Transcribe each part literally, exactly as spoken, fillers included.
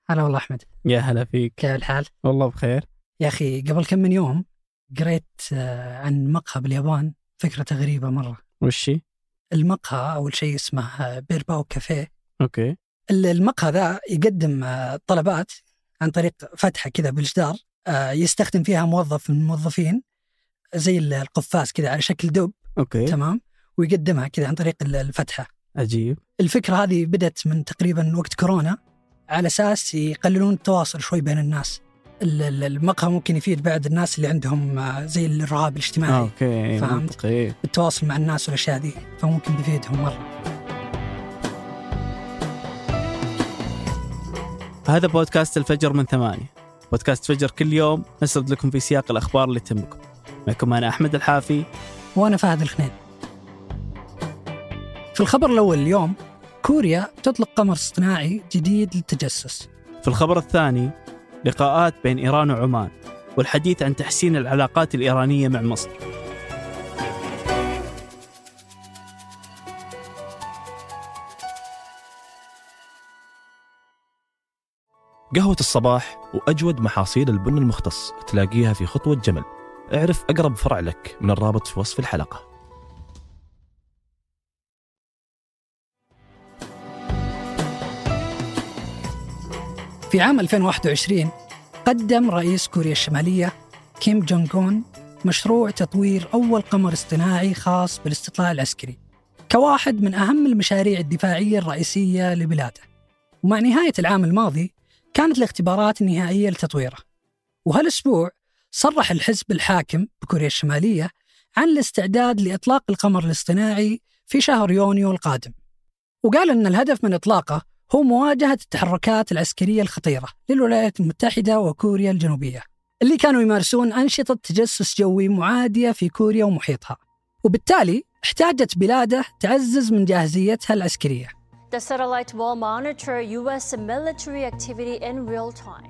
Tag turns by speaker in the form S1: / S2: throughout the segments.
S1: هلا والله أحمد.
S2: يا هلا فيك.
S1: كيف الحال؟
S2: والله بخير.
S1: يا أخي قبل كم من يوم قريت عن مقهى باليابان، فكرة غريبة مرة.
S2: وشي؟
S1: المقهى أول شيء اسمه بيرباو كافيه.
S2: أوكي.
S1: المقهى ذا يقدم طلبات عن طريق فتحة كذا بالجدار، يستخدم فيها موظف من الموظفين زي القفاز كذا على شكل دب.
S2: أوكي.
S1: تمام. ويقدمها كذا عن طريق الفتحة.
S2: عجيب.
S1: الفكرة هذه بدأت من تقريبا وقت كورونا على أساس يقللون التواصل شوي بين الناس. المقهى ممكن يفيد بعض الناس اللي عندهم زي الرهاب الاجتماعي.
S2: أوكي.
S1: فهمت؟ التواصل مع الناس والأشياء دي، فممكن بيفيدهم مرة.
S2: هذا بودكاست الفجر من ثمانية، بودكاست فجر كل يوم نسرد لكم في سياق الأخبار اللي تهمكم. معكم أنا أحمد الحافي
S1: وأنا فهد الخنين. في الخبر الأول اليوم، كوريا تطلق قمر اصطناعي جديد للتجسس.
S2: في الخبر الثاني، لقاءات بين إيران وعمان والحديث عن تحسين العلاقات الإيرانية مع مصر.
S3: قهوة الصباح وأجود محاصيل البن المختص تلاقيها في خطوة جمل. اعرف أقرب فرع لك من الرابط في وصف الحلقة.
S1: في عام ألفين وواحد وعشرين قدم رئيس كوريا الشمالية كيم جونغ أون مشروع تطوير أول قمر اصطناعي خاص بالاستطلاع العسكري كواحد من أهم المشاريع الدفاعية الرئيسية لبلاده. ومع نهاية العام الماضي كانت الاختبارات النهائية لتطويره، وهالأسبوع صرح الحزب الحاكم بكوريا الشمالية عن الاستعداد لإطلاق القمر الاصطناعي في شهر يونيو القادم، وقال أن الهدف من إطلاقه هو مواجهة التحركات العسكرية الخطيرة للولايات المتحدة وكوريا الجنوبية اللي كانوا يمارسون أنشطة تجسس جوي معادية في كوريا ومحيطها، وبالتالي احتاجت بلاده تعزز من جاهزيتها العسكرية.
S4: The satellite will monitor U S military activity in real time.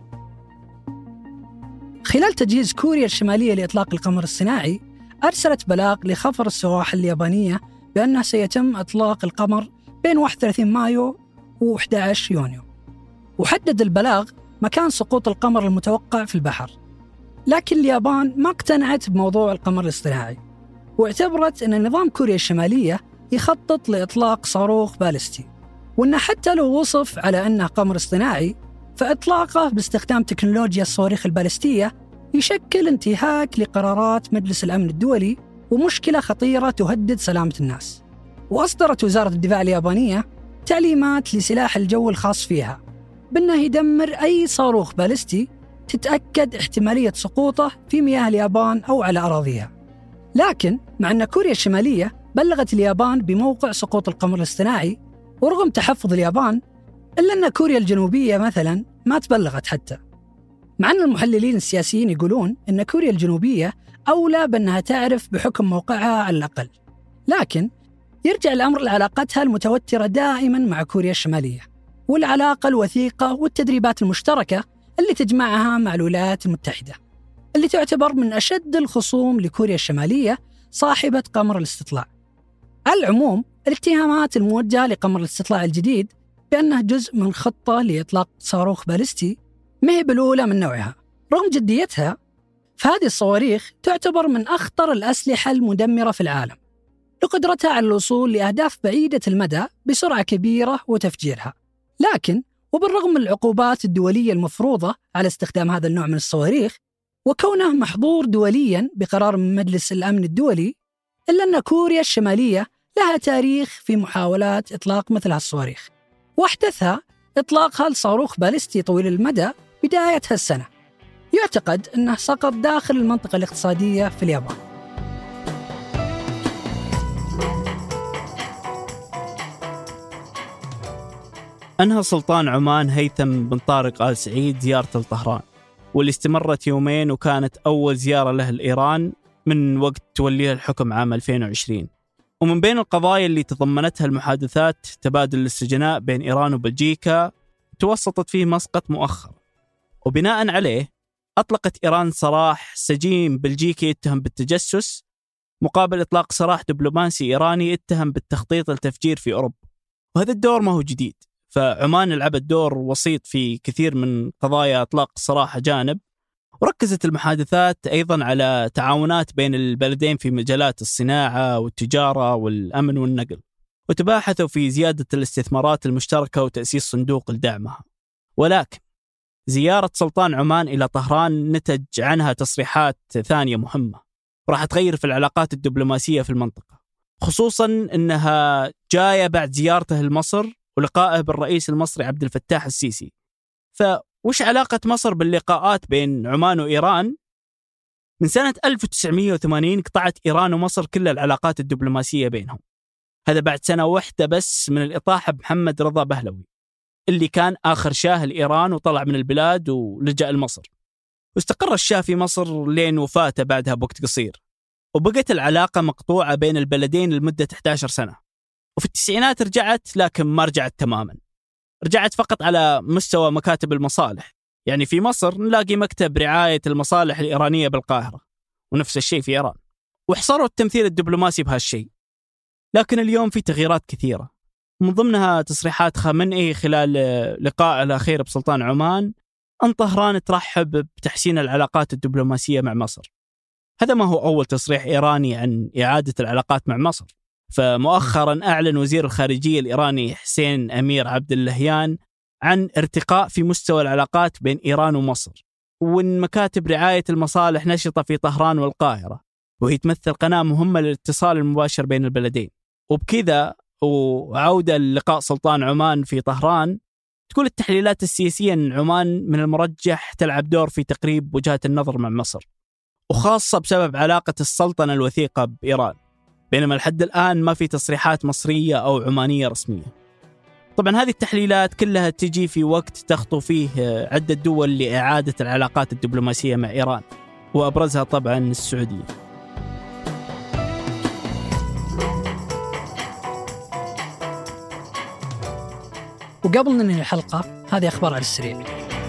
S1: خلال تجهيز كوريا الشمالية لإطلاق القمر الصناعي، أرسلت بلاغ لخفر السواحل اليابانية بأنه سيتم إطلاق القمر بين واحد وثلاثين مايو وأحد عشر يونيو، وحدد البلاغ مكان سقوط القمر المتوقع في البحر. لكن اليابان ما اقتنعت بموضوع القمر الاصطناعي، واعتبرت أن نظام كوريا الشمالية يخطط لإطلاق صاروخ باليستي، وأن حتى لو وصف على أنه قمر اصطناعي فإطلاقه باستخدام تكنولوجيا الصواريخ البالستية يشكل انتهاك لقرارات مجلس الأمن الدولي ومشكلة خطيرة تهدد سلامة الناس. وأصدرت وزارة الدفاع اليابانية تعليمات لسلاح الجو الخاص فيها بأنه يدمر أي صاروخ بالستي تتأكد احتمالية سقوطه في مياه اليابان أو على أراضيها. لكن مع أن كوريا الشمالية بلغت اليابان بموقع سقوط القمر الاصطناعي، ورغم تحفظ اليابان إلا أن كوريا الجنوبية مثلا ما تبلغت حتى، مع أن المحللين السياسيين يقولون أن كوريا الجنوبية أولى بأنها تعرف بحكم موقعها على الأقل. لكن يرجع الأمر لعلاقتها المتوترة دائما مع كوريا الشمالية، والعلاقة الوثيقة والتدريبات المشتركة اللي تجمعها مع الولايات المتحدة اللي تعتبر من أشد الخصوم لكوريا الشمالية صاحبة قمر الاستطلاع. على العموم، الاتهامات الموجهة لقمر الاستطلاع الجديد بأنه جزء من خطة لإطلاق صاروخ باليستي ما هي بالأولى من نوعها. رغم جديتها، فهذه الصواريخ تعتبر من أخطر الأسلحة المدمرة في العالم لقدرتها على الوصول لأهداف بعيدة المدى بسرعة كبيرة وتفجيرها. لكن وبالرغم من العقوبات الدولية المفروضة على استخدام هذا النوع من الصواريخ وكونه محظور دولياً بقرار من مجلس الأمن الدولي، إلا أن كوريا الشمالية لها تاريخ في محاولات إطلاق مثل هالصواريخ، واحدثها إطلاقها لصاروخ باليستي طويل المدى بداية هالسنة يعتقد أنه سقط داخل المنطقة الاقتصادية في اليابان.
S2: أنهى سلطان عمان هيثم بن طارق آل سعيد زيارته لطهران، واللي استمرت يومين، وكانت أول زيارة له لإيران من وقت توليها الحكم عام ألفين وعشرين. ومن بين القضايا اللي تضمنتها المحادثات تبادل السجناء بين إيران وبلجيكا توسطت فيه مسقط مؤخر، وبناء عليه أطلقت إيران سراح سجين بلجيكي يتهم بالتجسس مقابل إطلاق سراح دبلوماسي إيراني يتهم بالتخطيط للتفجير في أوروبا. وهذا الدور ما هو جديد، فعمان لعبت دور وسيط في كثير من قضايا إطلاق السراح جانب. وركزت المحادثات أيضا على تعاونات بين البلدين في مجالات الصناعة والتجارة والأمن والنقل، وتباحثوا في زيادة الاستثمارات المشتركة وتأسيس صندوق لدعمها. ولكن زيارة سلطان عمان إلى طهران نتج عنها تصريحات ثانية مهمة وراح تغير في العلاقات الدبلوماسية في المنطقة، خصوصا أنها جاية بعد زيارته لمصر ولقائه بالرئيس المصري عبد الفتاح السيسي. فوش علاقة مصر باللقاءات بين عمان وإيران؟ من سنة ألف وتسعمائة وثمانين قطعت إيران ومصر كل العلاقات الدبلوماسية بينهم، هذا بعد سنة واحدة بس من الإطاحة بمحمد رضا بهلوي اللي كان آخر شاه لإيران وطلع من البلاد ولجأ لمصر. واستقر الشاه في مصر لين وفاته بعدها بوقت قصير، وبقت العلاقة مقطوعة بين البلدين لمدة إحدى عشرة سنة. وفي التسعينات رجعت، لكن ما رجعت تماما، رجعت فقط على مستوى مكاتب المصالح. يعني في مصر نلاقي مكتب رعاية المصالح الإيرانية بالقاهرة، ونفس الشيء في إيران، وحصروا التمثيل الدبلوماسي بهالشيء. لكن اليوم في تغييرات كثيرة، من ضمنها تصريحات خامنئي خلال لقاء الأخير بسلطان عمان أن طهران ترحب بتحسين العلاقات الدبلوماسية مع مصر. هذا ما هو أول تصريح إيراني عن إعادة العلاقات مع مصر. فمؤخرا أعلن وزير الخارجية الإيراني حسين أمير عبد اللهيان عن ارتقاء في مستوى العلاقات بين إيران ومصر، وأن مكاتب رعاية المصالح نشطة في طهران والقاهرة، وهي تمثل قناة مهمة للاتصال المباشر بين البلدين. وبكذا وعودة للقاء سلطان عمان في طهران، تقول التحليلات السياسية أن عمان من المرجح تلعب دور في تقريب وجهات النظر مع مصر، وخاصة بسبب علاقة السلطنة الوثيقة بإيران، بينما لحد الآن ما في تصريحات مصرية أو عمانية رسمية. طبعا هذه التحليلات كلها تجي في وقت تخطو فيه عدة دول لإعادة العلاقات الدبلوماسية مع إيران، وأبرزها طبعا السعودية.
S1: وقبل ننهي الحلقة هذه أخبار على السريع.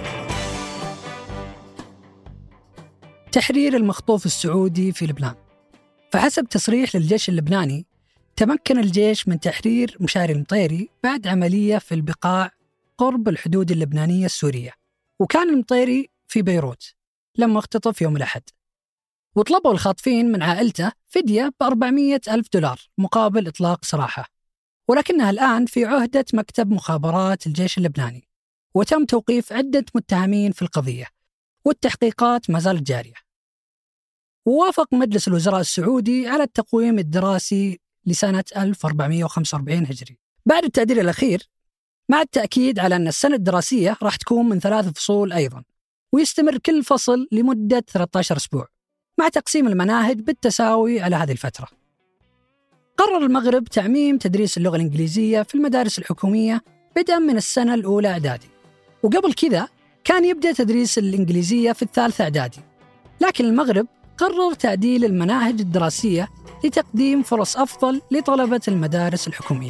S1: تحرير المخطوف السعودي في لبنان. فحسب تصريح للجيش اللبناني، تمكن الجيش من تحرير مشاري المطيري بعد عملية في البقاع قرب الحدود اللبنانية السورية، وكان المطيري في بيروت لما اختطف يوم الأحد. وطلبوا الخاطفين من عائلته فدية بأربعمائة ألف دولار مقابل إطلاق سراحه، ولكنها الآن في عهدة مكتب مخابرات الجيش اللبناني، وتم توقيف عدة متهمين في القضية، والتحقيقات ما زالت جارية. ووافق مجلس الوزراء السعودي على التقويم الدراسي لسنة ألف وأربعمائة وخمسة وأربعين هجري بعد التعديل الأخير، مع التأكيد على أن السنة الدراسية راح تكون من ثلاث فصول أيضا، ويستمر كل فصل لمدة ثلاثة عشر أسبوع، مع تقسيم المناهج بالتساوي على هذه الفترة. قرر المغرب تعميم تدريس اللغة الإنجليزية في المدارس الحكومية بدءا من السنة الأولى إعدادي، وقبل كذا كان يبدأ تدريس الإنجليزية في الثالثة إعدادي. لكن المغرب قرر تعديل المناهج الدراسية لتقديم فرص أفضل لطلبة المدارس الحكومية.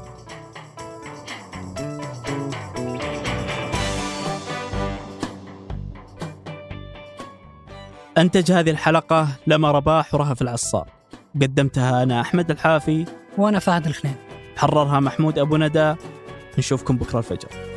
S2: أنتج هذه الحلقة لما رباح ورهف العصار، قدمتها أنا أحمد الحافي
S1: وأنا فهد الخنين،
S2: حررها محمود أبو ندى. نشوفكم بكرة الفجر.